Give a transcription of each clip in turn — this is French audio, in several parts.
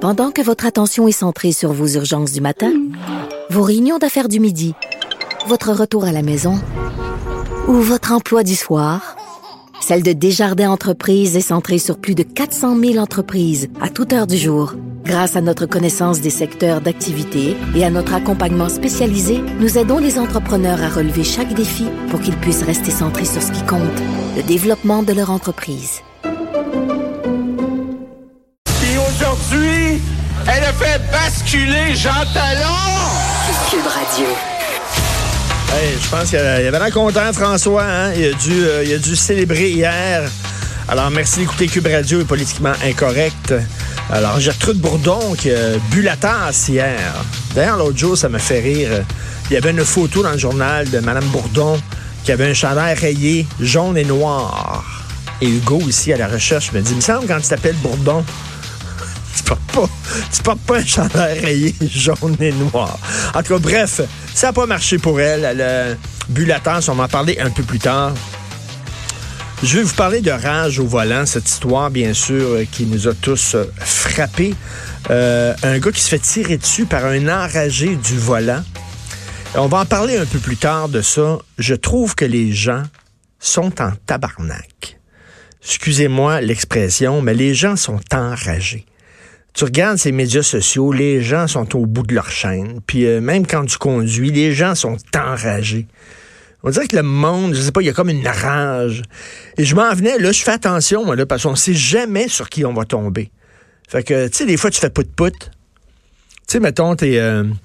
Pendant que votre attention est centrée sur vos urgences du matin, vos réunions d'affaires du midi, votre retour à la maison ou votre emploi du soir, celle de Desjardins Entreprises est centrée sur plus de 400 000 entreprises à toute heure du jour. Grâce à notre connaissance des secteurs d'activité et à notre accompagnement spécialisé, nous aidons les entrepreneurs à relever chaque défi pour qu'ils puissent rester centrés sur ce qui compte, le développement de leur entreprise. Et aujourd'hui, elle a fait basculer Jean Talon! Cube Radio. Hey, je pense qu'il y avait l'air content, François. Hein? Il a dû célébrer hier. Alors, merci d'écouter Cube Radio et Politiquement Incorrect. Alors, Gertrude Bourdon qui a bu la tasse hier. D'ailleurs, l'autre jour, ça me fait rire. Il y avait une photo dans le journal de Mme Bourdon qui avait un chandail rayé jaune et noir. Et Hugo, ici, à la recherche, me dit, il me semble, quand tu t'appelles Bourdon, tu portes pas un chandail rayé jaune et noir. En tout cas, bref, ça n'a pas marché pour elle. Elle a bu la tasse, on va en parler un peu plus tard. Je vais vous parler de rage au volant, cette histoire, bien sûr, qui nous a tous frappés. Un gars qui se fait tirer dessus par un enragé du volant. On va en parler un peu plus tard de ça. Je trouve que les gens sont en tabarnak. Excusez-moi l'expression, mais les gens sont enragés. Tu regardes ces médias sociaux, les gens sont au bout de leur chaîne. Puis même quand tu conduis, les gens sont enragés. On dirait que le monde, je sais pas, il y a comme une rage. Et je m'en venais, là, je fais attention, moi, là, parce qu'on sait jamais sur qui on va tomber. Fait que, tu sais, des fois, tu fais pout-pout. Tu sais, mettons, t'es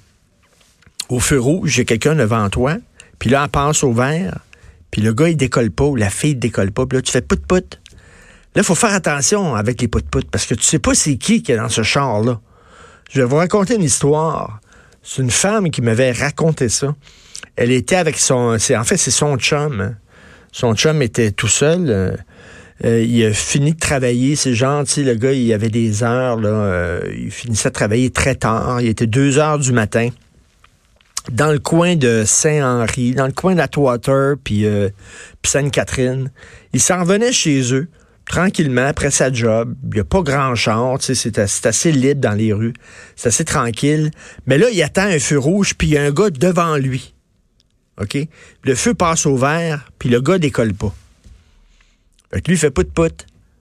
au feu rouge, j'ai quelqu'un devant toi, puis là, elle passe au vert, puis le gars, il décolle pas, ou la fille décolle pas, puis là, tu fais pout-pout. Là, il faut faire attention avec les pout-pout, parce que tu sais pas c'est qui est dans ce char-là. Je vais vous raconter une histoire. C'est une femme qui m'avait raconté ça. Elle était avec c'est son chum. Son chum était tout seul. Il a fini de travailler. C'est gentil, le gars, il avait des heures. Là, il finissait de travailler très tard. Il était 2 heures du matin. Dans le coin de Saint-Henri, dans le coin d'Atwater, puis Sainte-Catherine. Il s'en revenait chez eux, tranquillement, après sa job. Il n'y a pas grand char, c'est assez libre dans les rues. C'est assez tranquille. Mais là, il attend un feu rouge, puis il y a un gars devant lui. OK? Le feu passe au vert, puis le gars décolle pas. Fait que lui, il fait pout-pout.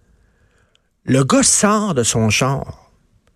Le gars sort de son char.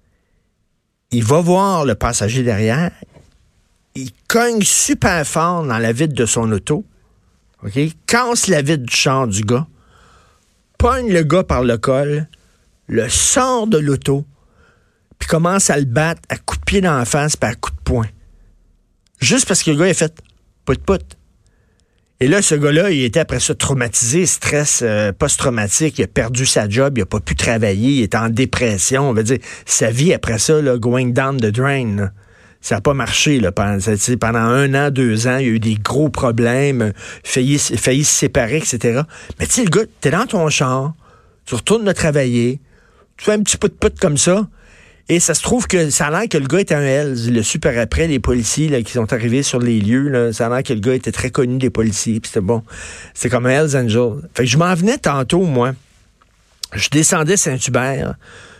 Il va voir le passager derrière. Il cogne super fort dans la vitre de son auto. OK? Casse la vitre du char du gars. Pogne le gars par le col. Le sort de l'auto. Puis commence à le battre à coups de pied dans la face puis à coups de poing. Juste parce que le gars a fait pout-pout. Et là, ce gars-là, il était après ça traumatisé, stress post-traumatique, il a perdu sa job, il a pas pu travailler, il était en dépression, on va dire, sa vie après ça, là, going down the drain, là. Ça n'a pas marché, là, pendant 1 an, 2 ans, il y a eu des gros problèmes, failli se séparer, etc. Mais tu sais, le gars, t'es dans ton char, tu retournes de travailler, tu fais un petit pout-pout comme ça, et ça se trouve que ça a l'air que le gars était un Hells. Il l'a su par après, les policiers là, qui sont arrivés sur les lieux. Là, ça a l'air que le gars était très connu des policiers. Puis c'était bon. C'est comme un Hells Angel. Fait que je m'en venais tantôt, moi. Je descendais Saint-Hubert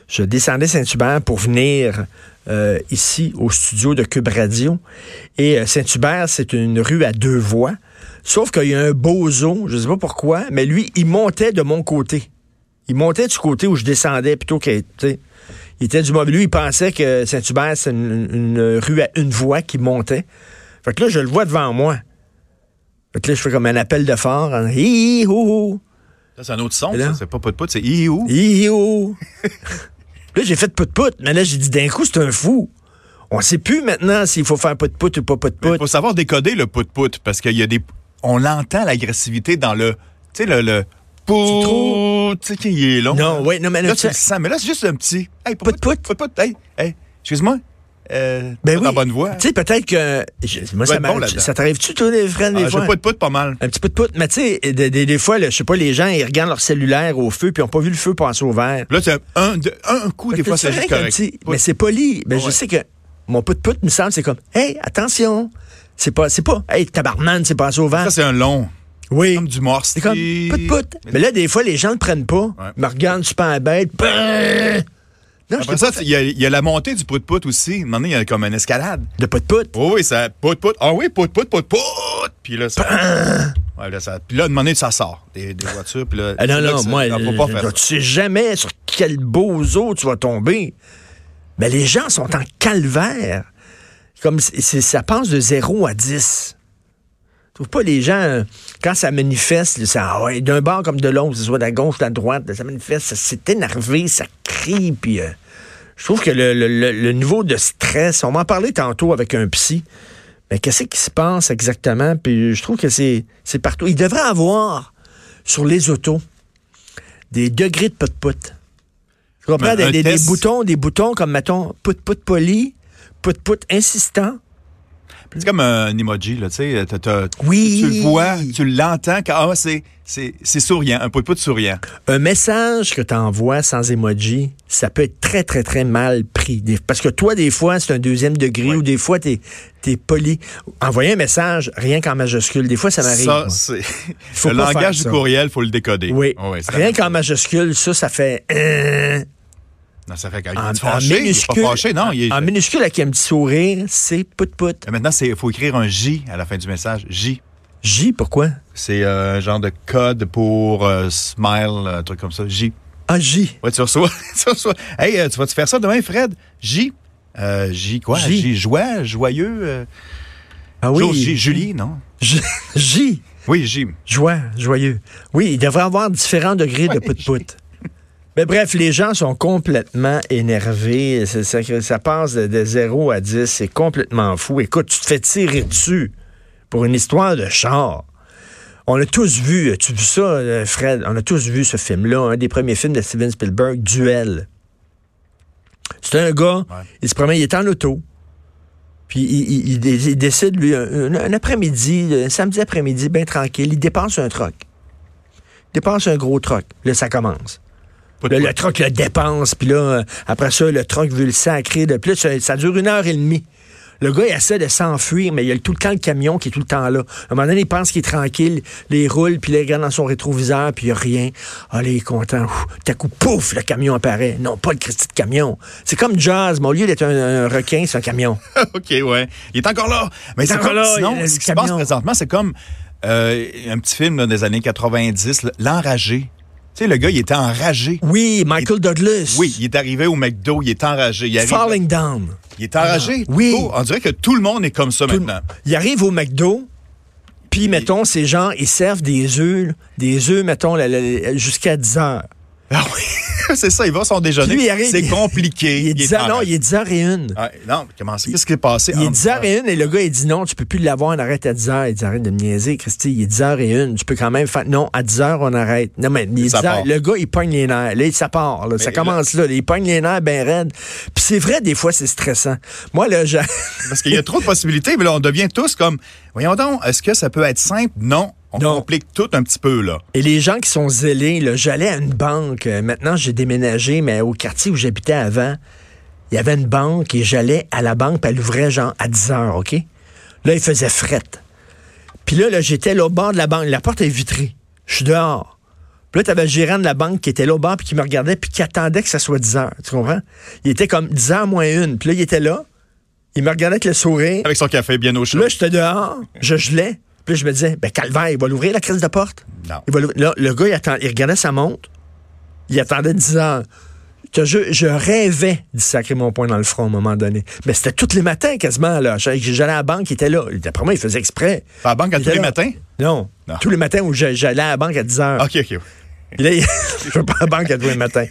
pour venir ici au studio de Cube Radio. Et Saint-Hubert, c'est une rue à 2 voies. Sauf qu'il y a un bozo, je sais pas pourquoi, mais lui, il montait de mon côté. Il montait du côté où je descendais plutôt qu'il il était du mauvais. Lui, il pensait que Saint-Hubert, c'est une rue à 1 voie qui montait. Fait que là, je le vois devant moi. Fait que là, je fais comme un appel de phare. Hi-hi-hou-hou. Ça, c'est un autre son, là, ça. C'est pas pout-pout, c'est hi-hou. Hi-hi-hou. Là, j'ai fait pout-pout. Mais là, j'ai dit, d'un coup, c'est un fou. On sait plus maintenant s'il faut faire pout-pout ou pas pout-pout. Il faut savoir décoder le pout-pout, parce qu'il y a des... On l'entend, l'agressivité, dans le... Tu sais, le pout, tu sais, qui est long. Non, oui, non, mais là, tu le sens. Mais là, c'est juste un petit... Hey, pout-pout. Hey, excuse-moi. Ben oui. En bonne voix. Tu sais, peut-être que... Moi, ça t'arrive-tu, toi, les frères, des fois? J'ai pout-pout pas mal. Un petit pout-pout. Mais tu sais, des fois, là, je sais pas, les gens, ils regardent leur cellulaire au feu, puis ils n'ont pas vu le feu passer au vert. Là, c'est un coup, des fois, c'est juste correct. Mais c'est poli. Mais je sais que mon pout-pout, me semble, c'est comme, hey, attention. C'est pas, hey, tabarnane, c'est passé au vert. Ça, c'est un long. Oui. Comme du morse. C'est comme, pout-pout. Mais là, des fois, les gens le prennent pas. Ouais. Ils me regardent super bête. Non, Après ça, il y a la montée du pout-pout aussi. À un moment donné, il y a comme une escalade. De pout-pout. Oh, oui, ça... Pout-pout. Ah oui, pout-pout. Puis là, ça... Ouais, là, puis là, à un moment donné, ça sort des voitures. Puis là, non, moi, faut pas faire ça. tu sais jamais sur quel beau zoo tu vas tomber. Mais les gens sont en calvaire. Comme ça passe de 0 à 10. Je trouve pas les gens, quand ça manifeste, d'un bord comme de l'autre, que ce soit de la gauche ou de la droite, ça manifeste, c'est énervé, ça crie, puis je trouve que le niveau de stress, on m'en parlait tantôt avec un psy, mais qu'est-ce qui se passe exactement? Puis je trouve que c'est partout. Il devrait avoir sur les autos des degrés de pout-pout. Tu comprends? Des boutons comme, mettons, pout-pout poli, pout-pout insistant. C'est comme un emoji, là, tu sais. Oui. Tu le vois, tu l'entends. C'est souriant, un pout-pout souriant. Un message que tu envoies sans emoji, ça peut être très, très, très mal pris. Parce que toi, des fois, c'est un deuxième degré ou des fois, t'es poli. Envoyer un message rien qu'en majuscule, des fois, ça m'arrive. Ça, c'est... Le langage du courriel, il faut le décoder. Oui. Rien qu'en majuscule, ça fait... Non, ça fait quand il est fâché, il est pas fâché, non. En minuscule, avec un petit sourire, c'est pout-pout. Maintenant, il faut écrire un J à la fin du message. J. J, pourquoi? C'est un genre de code pour smile, un truc comme ça. J. Ah, J. Oui, tu reçois. Hey, tu vas-tu faire ça demain, Fred? J. J quoi? J. Joyeux. Ah oui. J. Julie, non? J. Oui, J. Joyeux. Oui, il devrait y avoir différents degrés de pout-pout. Mais bref, les gens sont complètement énervés. Ça passe de 0 à 10. C'est complètement fou. Écoute, tu te fais tirer dessus pour une histoire de char. On l'a tous vu. Tu as vu ça, Fred? On a tous vu ce film-là. Un des premiers films de Steven Spielberg, Duel. C'est un gars, il se promène, il est en auto. Puis il décide, lui, un après-midi, un samedi après-midi, bien tranquille, il dépense un truck. Il dépense un gros truck. Là, ça commence. Le truck le dépense, puis là, après ça, le truck veut le sacrer. Puis là, ça dure 1h30. Le gars, il essaie de s'enfuir, mais il y a tout le temps le camion qui est tout le temps là. À un moment donné, il pense qu'il est tranquille, il roule, puis là, il regarde dans son rétroviseur, puis il n'y a rien. Ah, là, il est content. Tout à coup, pouf, le camion apparaît. Non, pas le Christy de camion. C'est comme Jazz, mais au lieu d'être un requin, c'est un camion. OK, ouais. Il est encore là. Mais c'est encore là. Sinon, ce qui se passe présentement, c'est comme un petit film là, des années 90, L'Enragé. Tu sais, le gars, il était enragé. Oui, Michael Douglas. Oui, il est arrivé au McDo, il est enragé. Falling Down. Il est enragé. Oui. On dirait que tout le monde est comme ça maintenant. Il arrive au McDo, puis, mettons, ces gens, ils servent des œufs, mettons, jusqu'à 10 heures. Ah oui, c'est ça, il va à son déjeuner. Lui, il arrive, c'est compliqué. Il est 10h01. Non, comment c'est? Qu'est-ce qui est passé? Il est 10h01 et le gars, il dit non, tu peux plus l'avoir, on arrête à 10h. Il dit arrête de me niaiser, Christy, il est 10h01. Tu peux quand même faire. Non, à 10h, on arrête. Non, mais il est 10h. Le gars, il pogne les nerfs. Là, ça part. Là, ça commence là. Il pogne les nerfs bien raides. Puis c'est vrai, des fois, c'est stressant. Moi, là, parce qu'il y a trop de possibilités, mais là, on devient tous comme. Voyons donc, est-ce que ça peut être simple? Non. On complique tout un petit peu, là. Et les gens qui sont zélés, là, j'allais à une banque. Maintenant, j'ai déménagé, mais au quartier où j'habitais avant, il y avait une banque et j'allais à la banque, puis elle ouvrait genre à 10 heures, OK? Là, il faisait fret. Puis là, j'étais là au bord de la banque. La porte est vitrée. Je suis dehors. Puis là, t'avais le gérant de la banque qui était là au bord, puis qui me regardait, puis qui attendait que ça soit 10 heures. Tu comprends? Il était comme 10 heures moins une. Puis là, il était là. Il me regardait avec le sourire. Avec son café bien au chaud. Là, j'étais dehors. Je gelais. Puis là, je me disais, calvaire, il va l'ouvrir, la crise de porte? Non. Là, le gars, il regardait sa montre. Il attendait 10 heures. Je rêvais d'y sacrer mon poing dans le front à un moment donné. Mais c'était tous les matins, quasiment. Là. J'allais à la banque, il était là. D'après moi, il faisait exprès. À la banque tous les matins? Non. Tous les matins où j'allais à la banque à 10 heures. OK. Et là, je vais pas à la banque à tous les matins.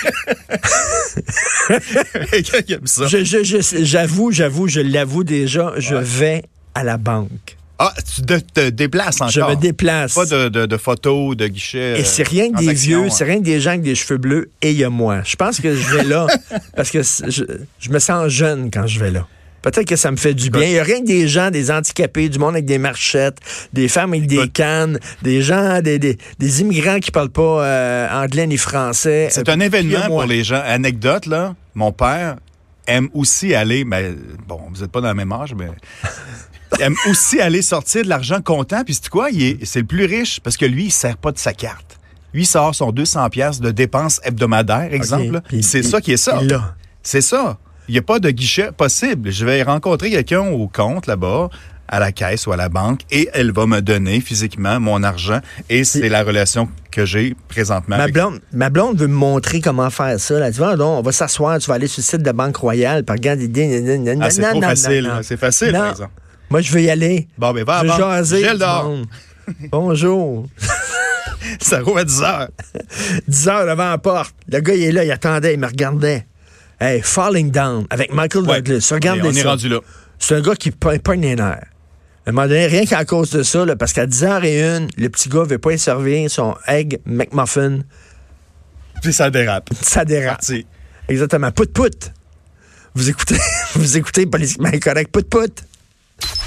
J'avoue, je l'avoue déjà, je vais à la banque. Ah, tu te déplaces encore? Je me déplace. Pas de photos, de guichets. Et c'est rien que des vieux, c'est rien que des gens avec des cheveux bleus, et il y a moi. Je pense que je vais là parce que je me sens jeune quand je vais là. Peut-être que ça me fait du bien. Il n'y a rien que des gens, des handicapés, du monde avec des marchettes, des femmes avec des cannes, des gens, des immigrants qui parlent pas anglais ni français. C'est un événement pour les gens. Anecdote, là, mon père aime aussi aller, mais bon, vous n'êtes pas dans le même âge, mais... aime aussi aller sortir de l'argent comptant. Puis c'est quoi? C'est le plus riche parce que lui, il ne sert pas de sa carte. Lui, il sort son 200$ de dépenses hebdomadaires, exemple. Okay. C'est ça qui est ça. C'est ça. Il n'y a pas de guichet possible. Je vais rencontrer quelqu'un au compte là-bas, à la caisse ou à la banque, et elle va me donner physiquement mon argent. Et c'est la relation que j'ai présentement. Ma blonde veut me montrer comment faire ça. Elle dit, on va s'asseoir, tu vas aller sur le site de Banque Royale, puis regarde c'est trop facile. C'est facile, par exemple. Moi, je veux y aller. Bon, ben va à la banque. Gel d'or. Bonjour. Ça roule à 10 heures. 10 heures devant la porte. Le gars, il est là, il attendait, il me regardait. Hey, Falling Down, avec Michael Douglas. Regardez ça. On est rendu là. C'est un gars qui pogne les nerfs. À un moment donné, rien qu'à cause de ça, là, parce qu'à 10h01, le petit gars veut pas y servir son Egg McMuffin. Puis ça dérape. Ça dérape. Parti. Exactement. Pout-pout. Vous écoutez Politiquement Incorrect. Pout-pout.